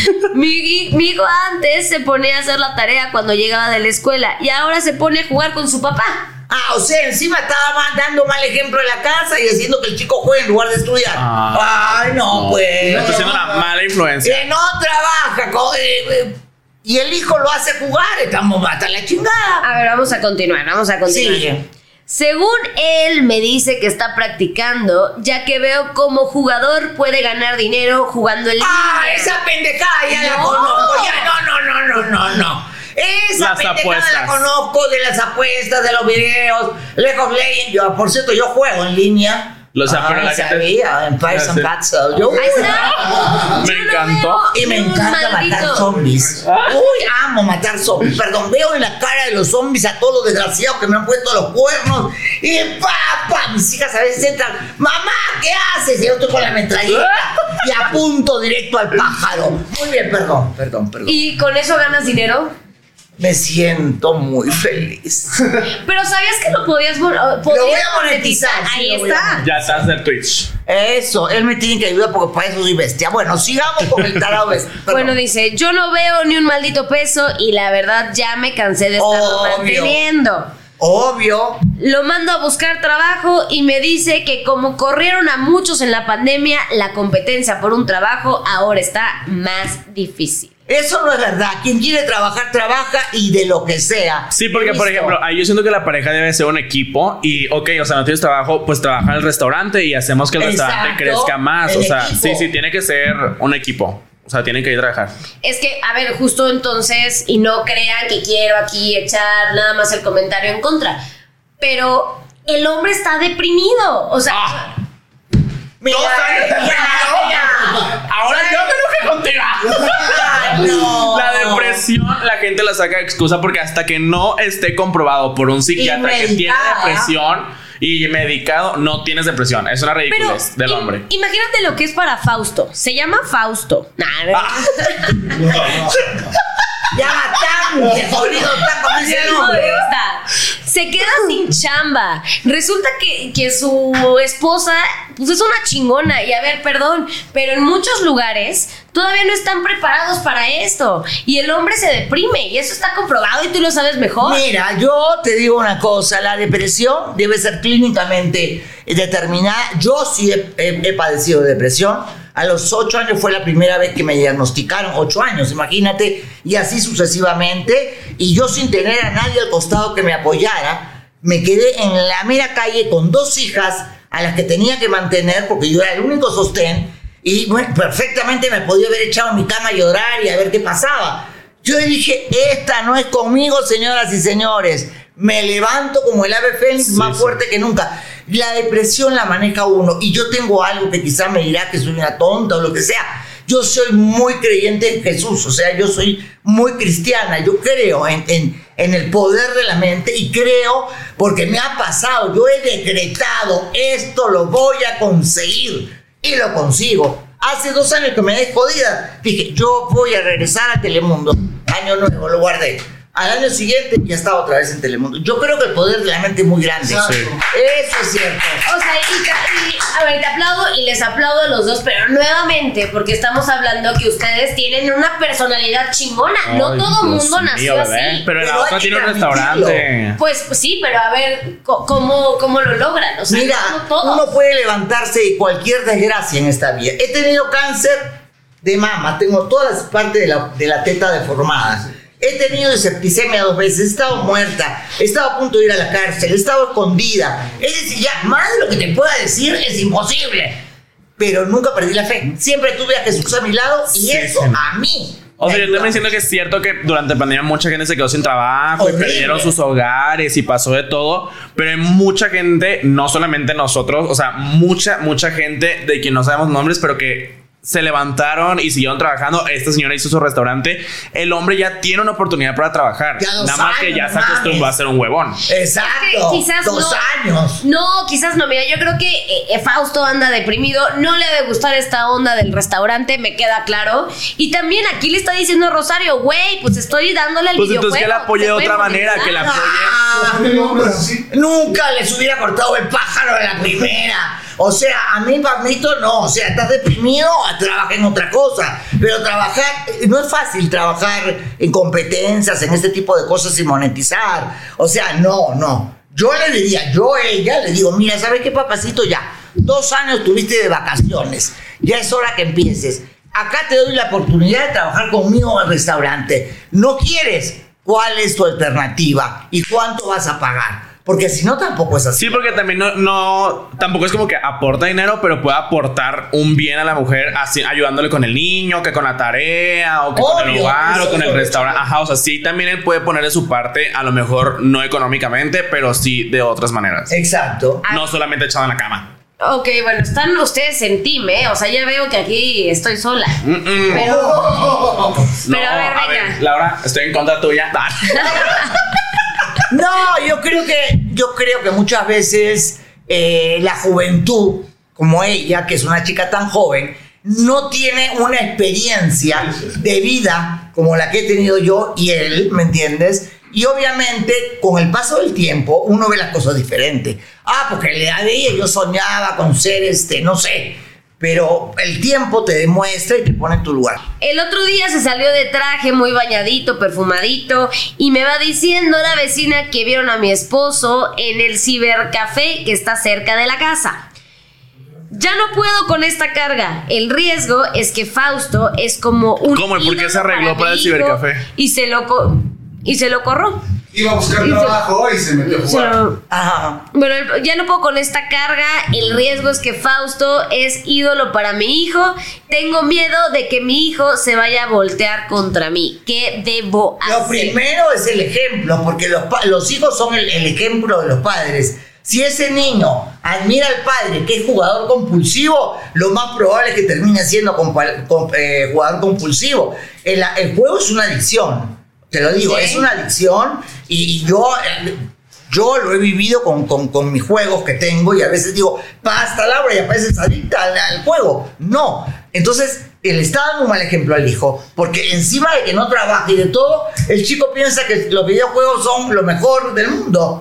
Mi, mi hijo antes se ponía a hacer la tarea cuando llegaba de la escuela y ahora se pone a jugar con su papá. Ah, o sea, encima estaba mal- dando mal ejemplo en la casa y haciendo que el chico juegue en lugar de estudiar. Ah. Ay, no, pues. Está haciendo una mala influencia. Que no trabaja. co- eh, eh, y el hijo lo hace jugar. Estamos hasta la chingada. A ver, vamos a continuar, vamos a continuar. Sigue. Según él me dice que está practicando, ya que veo cómo jugador puede ganar dinero jugando en línea. Ah, esa pendejada ya la No. conozco. Ya, no, no, no, no, no, no. Esa Las pendejada apuestas. la conozco de las apuestas, de los videos. League of Legends. Yo, por cierto, yo juego en línea. Lo sé, pero Ay, la gente- sabía, en Fires Ah, and sí. Battle. Yo, Ahí está. Me Yo no encantó. veo Y me ni un encanta maldito- matar zombies. Uy, amo matar zombies. Perdón, veo en la cara de los zombies a todos los desgraciados que me han puesto los cuernos. Y pa, pa, mis hijas a veces entran. Mamá, ¿qué haces? Y yo estoy con la metralleta y apunto directo al pájaro. Muy bien, perdón, perdón, perdón. ¿Y con eso ganas dinero? Me siento muy feliz. Pero ¿sabías que lo podías, mon- Lo podías voy a monetizar. sí, Ahí lo voy a está. monetizar. Ya estás del Twitch. Eso, él me tiene que ayudar porque para eso soy bestia. Bueno, sigamos con el tarado bestia. Perdón. Bueno, dice, yo no veo ni un maldito peso y la verdad ya me cansé de estarlo Obvio. manteniendo. Obvio. Lo mando a buscar trabajo y me dice que como corrieron a muchos en la pandemia, la competencia por un trabajo ahora está más difícil. Eso no es verdad. Quien quiere trabajar, trabaja y de lo que sea. Sí, porque por Listo. ejemplo, ahí yo siento que la pareja debe ser un equipo y, ok, o sea, no tienes trabajo, pues trabaja en el restaurante y hacemos que el Exacto, restaurante crezca más. el O sea, equipo. sí, sí, tiene que ser un equipo. O sea, tienen que ir a trabajar. Es que, a ver, justo entonces, y no crean que quiero aquí echar nada más el comentario en contra, pero el hombre está deprimido. O sea, Ah. Mira, Dos años ya, terminado. ya. Ahora yo tengo que continuar. Ay, no. La depresión, la gente la saca de excusa porque hasta que no esté comprobado por un psiquiatra que tiene medicada. depresión y medicado, no tienes depresión. Es una pero ridiculez del im- hombre. imagínate lo que es para Fausto. Se llama Fausto. Nah, Ah. Ya tan jodido está como ese no, nombre. está. se queda sin chamba. Resulta que, que su esposa pues es una chingona. Y a ver, perdón, pero en muchos lugares todavía no están preparados para esto. Y el hombre se deprime. Y eso está comprobado y tú lo sabes mejor. Mira, yo te digo una cosa. La depresión debe ser clínicamente determinada. Yo sí he, he, he padecido de depresión. A los ocho años fue la primera vez que me diagnosticaron. Ocho años, imagínate. Y así sucesivamente. Y yo sin tener a nadie al costado que me apoyara, me quedé en la mera calle con dos hijas a las que tenía que mantener porque yo era el único sostén. Y bueno, perfectamente me podía haber echado en mi cama a llorar y a ver qué pasaba. Yo dije, esta no es conmigo, señoras y señores. Me levanto como el ave fénix, sí, más sí. fuerte que nunca. La depresión la maneja uno. Y yo tengo algo que quizás me dirá que soy una tonta o lo que sea. Yo soy muy creyente en Jesús. O sea, yo soy muy cristiana. Yo creo en, en, en el poder de la mente. Y creo porque me ha pasado. Yo he decretado, esto lo voy a conseguir. Y lo consigo. Hace dos años que me dejé jodida. Dije, yo voy a regresar a Telemundo. Año nuevo, lo guardé. Al año siguiente ya estaba otra vez en Telemundo. Yo creo que el poder de la mente es muy grande. Sí. Eso es cierto. O sea, y, y a ver, te aplaudo y les aplaudo a los dos, pero nuevamente, porque estamos hablando que ustedes tienen una personalidad chingona. Ay, no todo el mundo nació mío, así. Pero, pero la otra tiene un restaurante. Pues sí, pero a ver, ¿cómo, cómo lo logran? O sea, mira, uno puede levantarse de cualquier desgracia en esta vida. He tenido cáncer de mama, tengo todas las partes de la, de la teta deformadas. He tenido septicemia dos veces, he estado muerta, he estado a punto de ir a la cárcel, he estado escondida. Es decir, ya más de lo que te pueda decir es imposible. Pero nunca perdí la fe. Siempre tuve a Jesús a mi lado y sí, eso sí. a mí. O sea, yo también siento que es cierto que durante la pandemia mucha gente se quedó sin trabajo Horrible. y perdieron sus hogares y pasó de todo. Pero hay mucha gente, no solamente nosotros, o sea, mucha, mucha gente de quien no sabemos nombres, pero que se levantaron y siguieron trabajando. Esta señora hizo su restaurante. El hombre ya tiene una oportunidad para trabajar. Nada más que ya se acostumbró a ser un huevón. Exacto. Es que quizás Dos no, años. No, quizás no. Mira, yo creo que eh, Fausto anda deprimido. No le debe gustar esta onda del restaurante, me queda claro. Y también aquí le está diciendo a Rosario, güey, pues estoy dándole el pues videojuego. Pues entonces que la apoye de otra manera, que la apoye. Ah, nunca les hubiera cortado el pájaro de la primera. O sea, a mí, Pamito, no. O sea, estás deprimido, trabaja en otra cosa. Pero trabajar, no es fácil trabajar en competencias, en este tipo de cosas y monetizar. O sea, no, no. Yo le diría, yo a ella le digo, mira, ¿sabes qué, papacito? Ya, dos años tuviste de vacaciones. Ya es hora que empieces. Acá te doy la oportunidad de trabajar conmigo en el restaurante. ¿No quieres? ¿Cuál es tu alternativa? ¿Y cuánto vas a pagar? Porque si no, tampoco es así. Sí, porque también no, no, tampoco es como que aporta dinero, pero puede aportar un bien a la mujer, así, ayudándole con el niño, que con la tarea, o que Obvio, con el lugar, o con el restaurante. Ajá, o sea, sí, también él puede poner de su parte, a lo mejor no económicamente, pero sí de otras maneras. Exacto. No solamente echado en la cama. Ok, bueno, están ustedes en team, ¿eh? O sea, ya veo que aquí estoy sola. Mm-mm. Pero... No, pero a ver, venga. A ver, Laura, estoy en contra tuya. No, yo creo que yo creo que muchas veces eh, la juventud, como ella, que es una chica tan joven, no tiene una experiencia de vida como la que he tenido yo y él, ¿me entiendes? Y obviamente, con el paso del tiempo, uno ve las cosas diferentes. Ah, porque en la edad de ella yo soñaba con ser, este, no sé... Pero el tiempo te demuestra y te pone en tu lugar. El otro día se salió de traje, muy bañadito, perfumadito, y me va diciendo la vecina que vieron a mi esposo en el cibercafé que está cerca de la casa. Ya no puedo con esta carga. El riesgo es que Fausto es como un... ¿Cómo? ¿Por qué se arregló para, para el cibercafé? Y se lo, co- y se lo corró. Iba a buscar y trabajo se, y se metió a jugar. Se, Ajá. Bueno, ya no puedo con esta carga. El riesgo es que Fausto es ídolo para mi hijo. Tengo miedo de que mi hijo se vaya a voltear contra mí. ¿Qué debo hacer? Lo primero es el ejemplo, porque los, pa- los hijos son el, el ejemplo de los padres. Si ese niño admira al padre que es jugador compulsivo, lo más probable es que termine siendo compa- com- eh, jugador compulsivo. El, el juego es una adicción. Te lo digo, ¿sí? Es una adicción y, y yo, yo lo he vivido con, con, con mis juegos que tengo y a veces digo, basta Laura, y apareces adicta al, al juego. No, entonces le está dando un mal ejemplo al hijo, porque encima de que no trabaja y de todo, el chico piensa que los videojuegos son lo mejor del mundo.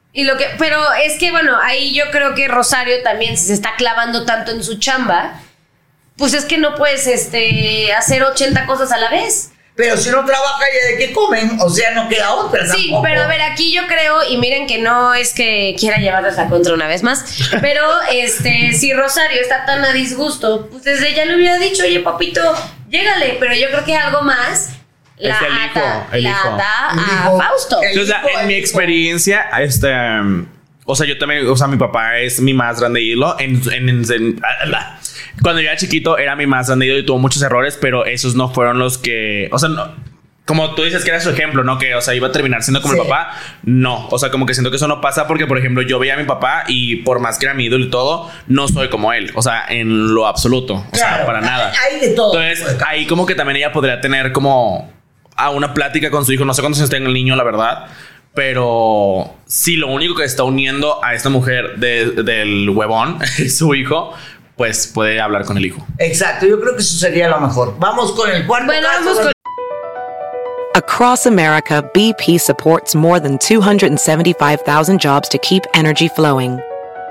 Y lo que, pero es que bueno, ahí yo creo que Rosario también, si se está clavando tanto en su chamba, pues es que no puedes este, hacer ochenta cosas a la vez. Pero si uno trabaja, ¿ya de qué comen? O sea, no queda otra. Sí, tampoco. pero a ver, aquí yo creo, y miren que no es que quiera llevarles la contra una vez más, pero este, si Rosario está tan a disgusto, pues desde ya le hubiera dicho, oye, papito, llégale, pero yo creo que algo más la Es el hijo, ata, el la hijo. ata El a hijo. Fausto. El O sea, hijo, en el mi hijo. experiencia, este, um, o sea, yo también, o sea, mi papá es mi más grande ídolo. En, en, en, en- cuando yo era chiquito, era mi más grande ídolo y tuvo muchos errores, pero esos no fueron los que, o sea, no, como tú dices que era su ejemplo, ¿no? Que, o sea, iba a terminar siendo como Sí. el papá. No, o sea, como que siento que eso no pasa porque, por ejemplo, yo veía a mi papá y por más que era mi ídolo y todo, no soy como él. O sea, en lo absoluto. O sea, Claro, para nada. hay de todo. Entonces, pues. ahí como que también ella podría tener como a una plática con su hijo. No sé cuántos años tenga el niño, la verdad. Pero si lo único que está uniendo a esta mujer de- del huevón es su hijo, pues puede hablar con el hijo. Exacto, yo creo que eso sería lo mejor. Vamos con el cuarto Bueno, caso. vamos con Across America, B P supports more than two hundred seventy-five thousand jobs to keep energy flowing.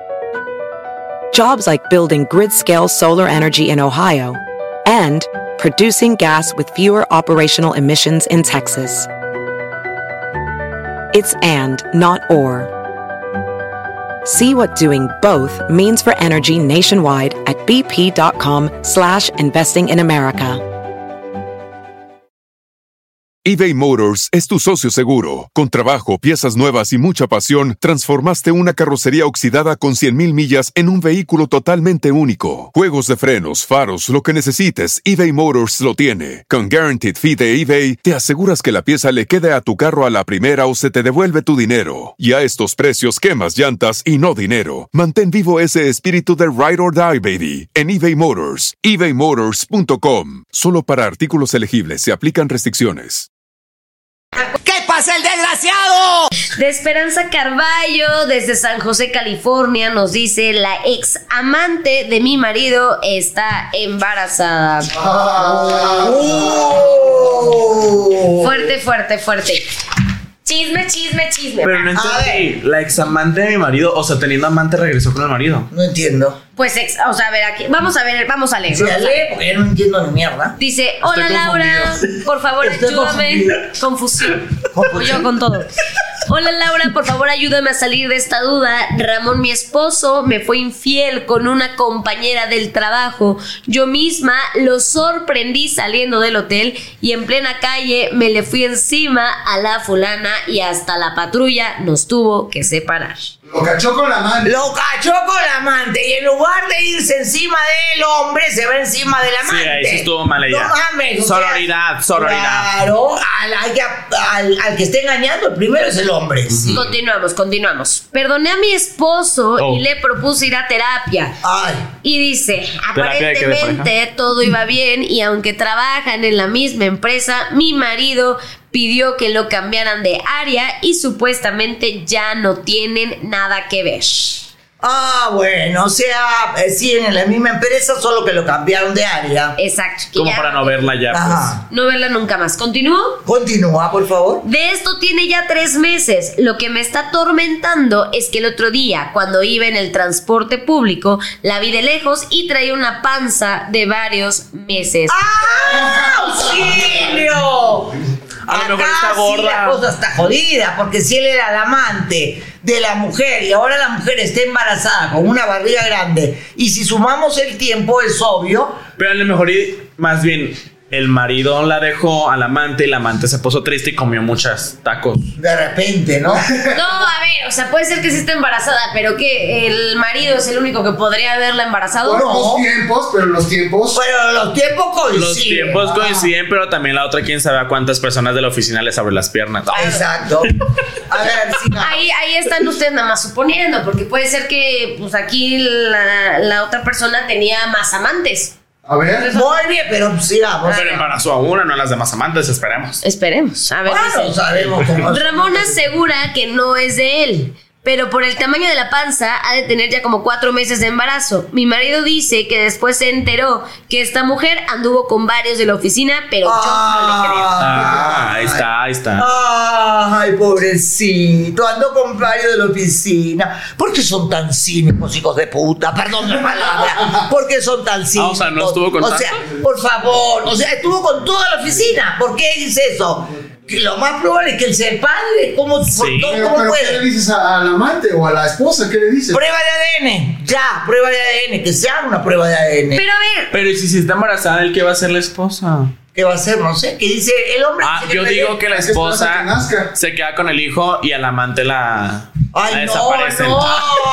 Jobs like building grid-scale solar energy in Ohio and producing gas with fewer operational emissions in Texas. It's and, not or. See what doing both means for energy nationwide at bp.com slash investing in America. eBay Motors es tu socio seguro. Con trabajo, piezas nuevas y mucha pasión, transformaste una carrocería oxidada con cien mil millas en un vehículo totalmente único. Juegos de frenos, faros, lo que necesites, eBay Motors lo tiene. Con Guaranteed Fee de eBay, te aseguras que la pieza le quede a tu carro a la primera o se te devuelve tu dinero. Y a estos precios, quemas llantas y no dinero. Mantén vivo ese espíritu de Ride or Die, baby, en eBay Motors. ebay motors punto com. Solo para artículos elegibles se aplican restricciones. ¿Qué pasa, el desgraciado? De Esperanza Carballo, desde San José, California, nos dice: la ex amante de mi marido está embarazada. Oh. Fuerte, fuerte, fuerte. Chisme, chisme, chisme. Pero no A entendí. La ex amante de mi marido, o sea, teniendo amante, regresó con el marido. No entiendo. Pues, ex, o sea, a ver, aquí, vamos a ver, vamos a leer. Sí, vamos a lee, leer. porque yo no entiendo ni mierda. Dice: hola Estoy Laura, confundido. por favor Estoy ayúdame. Confusión. Confusión. Yo con todo. Hola Laura, por favor ayúdame a salir de esta duda. Ramón, mi esposo, me fue infiel con una compañera del trabajo. Yo misma lo sorprendí saliendo del hotel y en plena calle me le fui encima a la fulana y hasta la patrulla nos tuvo que separar. Lo cachó con la mano. Lo cachó con la amante y en lugar de irse encima del hombre, se va encima del amante. Sí, ahí sí estuvo mal ella. No mames. o sea, Sororidad, sororidad. Claro, al, al que- al- al que esté engañando, el primero es el hombre. Sí. Continuamos, continuamos. Perdoné a mi esposo Oh. y le propuse ir a terapia. Ay, Y dice, ¿Terapia de qué, de aparentemente todo iba bien y aunque trabajan en la misma empresa, mi marido pidió que lo cambiaran de área y supuestamente ya no tienen nada que ver. ah, bueno, o sea, eh, siguen en la misma empresa, solo que lo cambiaron de área. Exacto. que Como ya para no verla ya, pues. Ajá. no verla nunca más. ¿Continúo? Continúa, por favor. De esto tiene ya tres meses. Lo que me está atormentando es que el otro día, cuando iba en el transporte público, la vi de lejos y traía una panza de varios meses. ¡Ah, auxilio! A lo mejor Acá está sí gorda. la cosa está jodida, porque si él era el amante de la mujer y ahora la mujer está embarazada con una barriga grande, y si sumamos el tiempo es obvio. Pero a lo mejor, y- más bien, el marido la dejó al amante y la amante se puso triste y comió muchos tacos. De repente, ¿no? No, a ver, o sea, puede ser que sí esté embarazada, pero que el marido es el único que podría haberla embarazado. Fueron no. dos tiempos, pero los tiempos. Pero los tiempos coinciden. Los tiempos Ah, coinciden, pero también la otra, quién sabe a cuántas personas de la oficina les abre las piernas. Exacto. A ver, siga. Ahí, ahí están ustedes nada más suponiendo, porque puede ser que pues aquí la, la otra persona tenía más amantes. A ver. Muy bien, pero sigamos. Pero embarazó a una, no a las demás amantes, esperemos. Esperemos. A ver, Bueno, dice. sabemos cómo. Ramón asegura que no es de él, pero por el tamaño de la panza ha de tener ya como cuatro meses de embarazo. Mi marido dice que después se enteró que esta mujer anduvo con varios de la oficina, pero Ah. yo no le creo. Ah, ahí está, ahí está. Ay, pobrecito, ando con varios de la oficina. ¿Por qué son tan cínicos, hijos de puta? Perdón la palabra. ¿Por qué son tan cínicos? o sea, ¿no estuvo con O sea, por favor, o sea, estuvo con toda la oficina. ¿Por qué dice eso? Que lo más probable es que él sea el padre. ¿Cómo, Sí. por- Pero, ¿cómo pero ¿qué le puede? dices a- al amante o a la esposa? ¿Qué le dices? Prueba de A D N. Ya, prueba de A D N. Que se haga una prueba de A D N. Pero a ver, Pero ¿y si, si está embarazada, ¿el qué va a ser la esposa? ¿Qué va a hacer? No sé. ¿Qué dice el hombre? Ah, Dice yo que digo le- que la Hay que esperar a esposa que nazca. se queda con el hijo y al amante la, Ay, la no, desaparecen. no.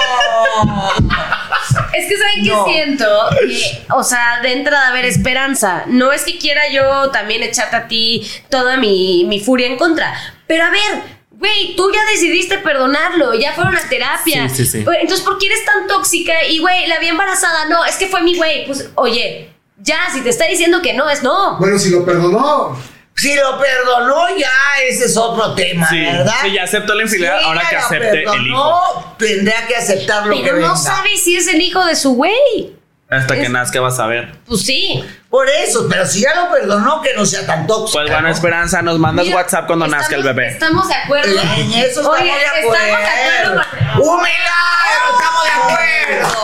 es que ¿saben qué No. siento? Que, o sea, de entrada, a ver, esperanza. No es que quiera yo también echarte a ti toda mi, mi furia en contra. Pero a ver, güey, tú ya decidiste perdonarlo, ya fueron a terapia. Sí, sí, sí. Güey, entonces, ¿por qué eres tan tóxica? Y, güey, la vi embarazada. No, es que fue mi güey. Pues, oye, ya, si te está diciendo que no, es no. Bueno, si lo perdonó. Si lo perdonó, ya ese es otro tema, Sí, ¿verdad? sí, ya aceptó la infidelidad, Si ahora ella que lo acepte el perdonó, hijo. Tendrá que aceptar lo que Pero no venga. sabes si es el hijo de su güey. Hasta que Es- nazca vas a ver. Pues sí. Por eso, pero si ya lo perdonó, que no sea tan tóxico. Pues bueno, Esperanza, nos mandas Mira, WhatsApp cuando nazca el estamos- bebé. Estamos de acuerdo. En eso estamos Oye, de acuerdo. estamos de acuerdo. con- ¡Un milagro! ¡Estamos de acuerdo!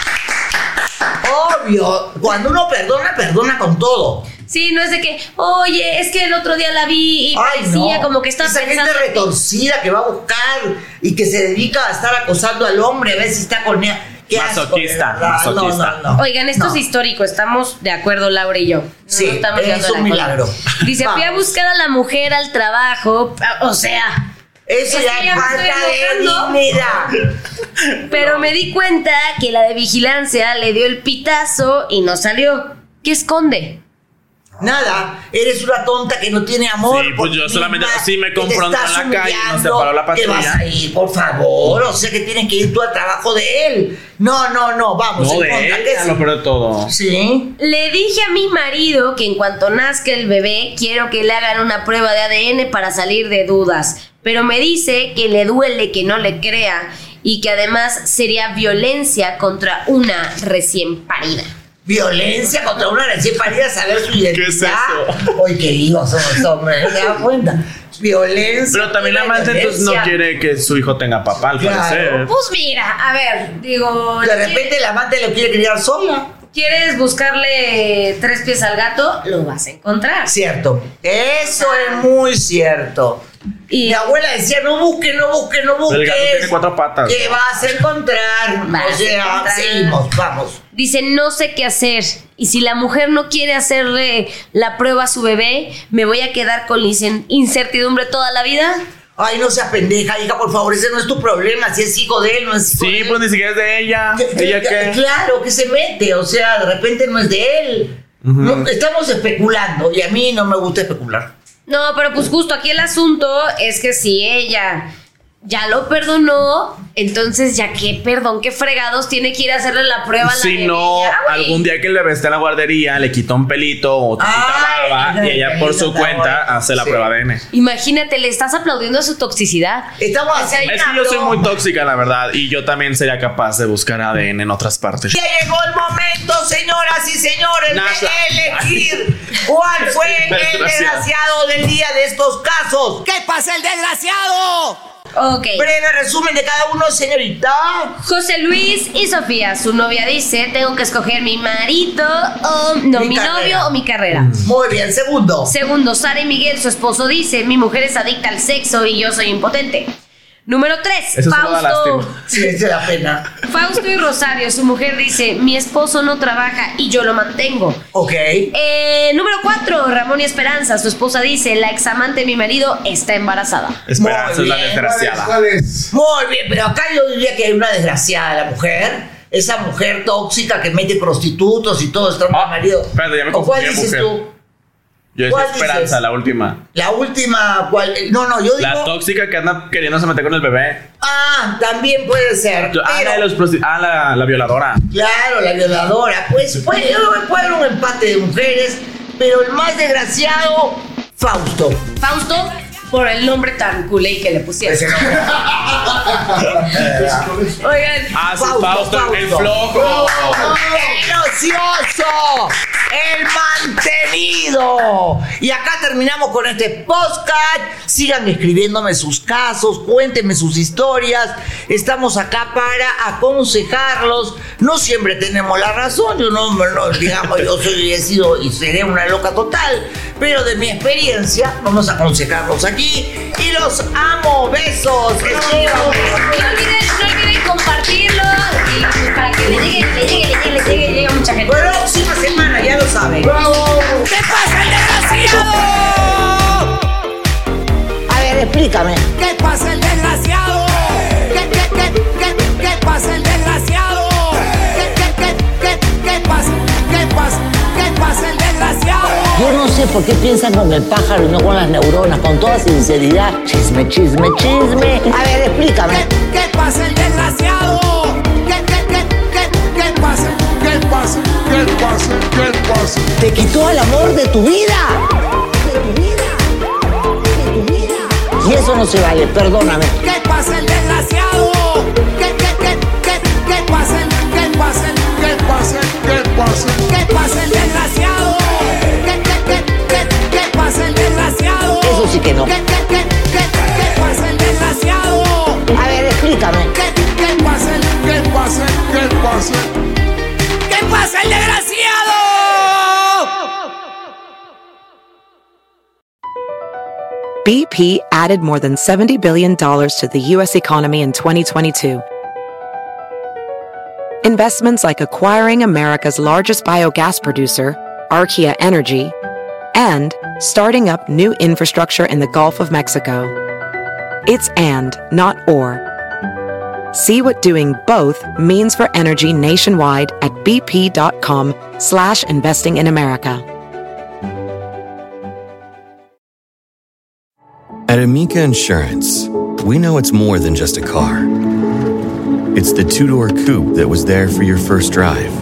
Obvio, cuando uno perdona, perdona con todo. Sí, no es de que, oye, es que el otro día la vi y Ay, parecía no. como que está Esa pensando. gente retorcida que va a buscar y que se dedica a estar acosando al hombre a ver si está con ella. Qué asco, Masoquista, de verdad. masoquista. No, no, no. Oigan, esto No. es histórico, estamos de acuerdo, Laura y yo. No Sí, nos estamos es llevando un la contra. milagro. Dice, fui a Vamos. buscar a la mujer al trabajo, o sea, Eso Es ya que es ya me falta estoy de enojando. dignidad. pero me di cuenta que la de vigilancia le dio el pitazo y no salió. ¿Qué esconde? Nada, eres una tonta que no tiene amor. Sí, pues por yo ti solamente- misma, sí me que te confrontó estás en la calle, nos humillando, separó la que patrulla. vas a ir, por favor. O sea que tienes que ir tú al trabajo de él. No, no, no, vamos. No, en de contra, que ella, sí. lo peor de todo. Sí. Le dije a mi marido que en cuanto nazca el bebé, quiero que le hagan una prueba de A D N para salir de dudas. Pero me dice que le duele que no le crea y que además sería violencia contra una recién parida. Violencia contra una recién parida, saber su identidad. es eso? Oye, qué hijos somos hombres, ¿te das cuenta? Violencia. Pero también la amante entonces no violencia. quiere que su hijo tenga papá, al Claro. parecer. Pues mira, a ver, digo, De repente la amante lo quiere criar sola. ¿quieres buscarle tres pies al gato? Lo vas a encontrar. Cierto. Eso es muy cierto. Y Mi abuela decía, no busques, no busques, no busques. El gato tiene cuatro patas. ¿Qué vas a encontrar? Vas o sea, a encontrar. seguimos, vamos. dice, no sé qué hacer. Y si la mujer no quiere hacerle la prueba a su bebé, ¿me voy a quedar con la incen- incertidumbre toda la vida? Ay, no seas pendeja, hija, por favor, ese no es tu problema. Si es hijo de él, no es hijo de Sí, él. pues ni siquiera es de ella. Que- ¿Ella que- qué? Claro, que se mete, o sea, de repente no es de él. No, estamos especulando y a mí no me gusta especular. No, pero pues justo aquí el asunto es que si ella ya lo perdonó, entonces ya qué perdón, qué fregados tiene que ir a hacerle la prueba a la Si bebé no, ya, güey. algún día que el bebé esté en la guardería, le quita un pelito o te quita Ay, barba y ella por su está cuenta bueno. hace la Sí. prueba de A D N. Imagínate, le estás aplaudiendo a su toxicidad. Estamos O sea, haciendo Es que yo soy muy tóxica, la verdad, y yo también sería capaz de buscar A D N en otras partes. Ya llegó el momento, señoras y señores, Nasa. de elegir cuál fue el Desgraciado. desgraciado del día de estos casos. ¿Qué pasa, el desgraciado? Ok. Breve resumen de cada uno, señorita. José Luis y Sofía, su novia dice, tengo que escoger mi marido o no, Mi mi, carrera. novio o mi carrera. Muy bien, segundo. Segundo, Sara y Miguel, su esposo, dice, mi mujer es adicta al sexo y yo soy impotente. Número tres, Eso solo da Fausto. lástima. Sí, esa da pena. Fausto y Rosario, su mujer dice, mi esposo no trabaja y yo lo mantengo. Ok. Eh, número cuatro, Ramón y Esperanza, su esposa dice, la examante de mi marido está embarazada. Esperanza Muy es la bien. desgraciada. ¿Cuál es? Muy bien, pero acá yo diría que hay una desgraciada la mujer. Esa mujer tóxica que mete prostitutos y todo esto, Ah, marido. espérate, ya me ¿O cuál confundí de dices mujer. tú? Yo decía ¿Cuál Esperanza, dices? la última. La última, ¿cuál? No, no, yo digo. La tóxica que anda queriéndose meter con el bebé. Ah, también puede ser. Ah, pero- la, de los prosti- ah, la, la violadora. Claro, la violadora. Pues puede, puede haber un empate de mujeres, pero el más desgraciado, Fausto. Fausto, por el nombre tan culé que le pusieron. Oigan, Ah, sí, Fausto, Fausto, el Fausto. flojo. ¡El ocioso! ¡El mantenido! Y acá terminamos con este podcast. Sigan escribiéndome sus casos, cuéntenme sus historias. Estamos acá para aconsejarlos. No siempre tenemos la razón. Yo no, no digamos, yo soy, he sido y seré una loca total. Pero de mi experiencia, vamos a aconsejarlos aquí. Y los amo. Besos. Escriban. no olviden, no olviden compartirlo y pues, para que le llegue, le llegue, le llegue, le llegue, le llegue a mucha gente. Próxima semana, ya lo saben. ¿Qué pasa, el desgraciado? A ver, explícame. ¿Qué pasa, el desgraciado? ¿Qué, qué, qué, qué, qué pasa, el desgraciado? ¿Qué, qué, qué, qué, qué pasa? ¿Qué pasa? ¿Qué pasa, el desgraciado? Yo no sé por qué piensan con el pájaro y no con las neuronas, con toda sinceridad. Chisme, chisme, chisme. A ver, explícame. ¿Qué, qué pasa, el desgraciado? ¿Qué, qué, qué, qué, qué pasa? ¿Qué pasa? ¿Qué pasa? ¿Qué pasa? Te quitó el amor de tu vida. De tu vida. De tu vida. Y eso no se vale, perdóname. ¿Qué pasa, el desgraciado? ¿Qué, qué, qué, qué, qué pasa? ¿Qué pasa? ¿Qué pasa? ¿Qué pasa? ¿Qué pasa, el desgraciado? ¿Qué, qué, qué, qué, qué pasa, el desgraciado? Eso sí que no. ¿Qué, qué, qué, qué, qué pasa, el desgraciado? A ver, explícame. ¿Qué, qué pasa? ¿Qué pasa? ¿Qué pasa? ¿Qué pasa, el desgraciado? B P added more than seventy billion dollars to the U S economy in twenty twenty-two. Investments like acquiring America's largest biogas producer, Archaea Energy, and starting up new infrastructure in the Gulf of Mexico. It's and, not or. See what doing both means for energy nationwide at bp.com slash investing in America. At Amica Insurance, we know it's more than just a car. It's the two-door coupe that was there for your first drive.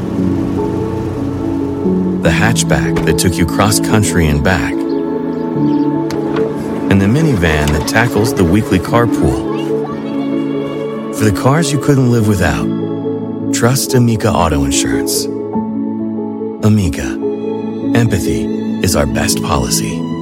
The hatchback that took you cross-country and back. And the minivan that tackles the weekly carpool. For the cars you couldn't live without, trust Amica Auto Insurance. Amica. Empathy is our best policy.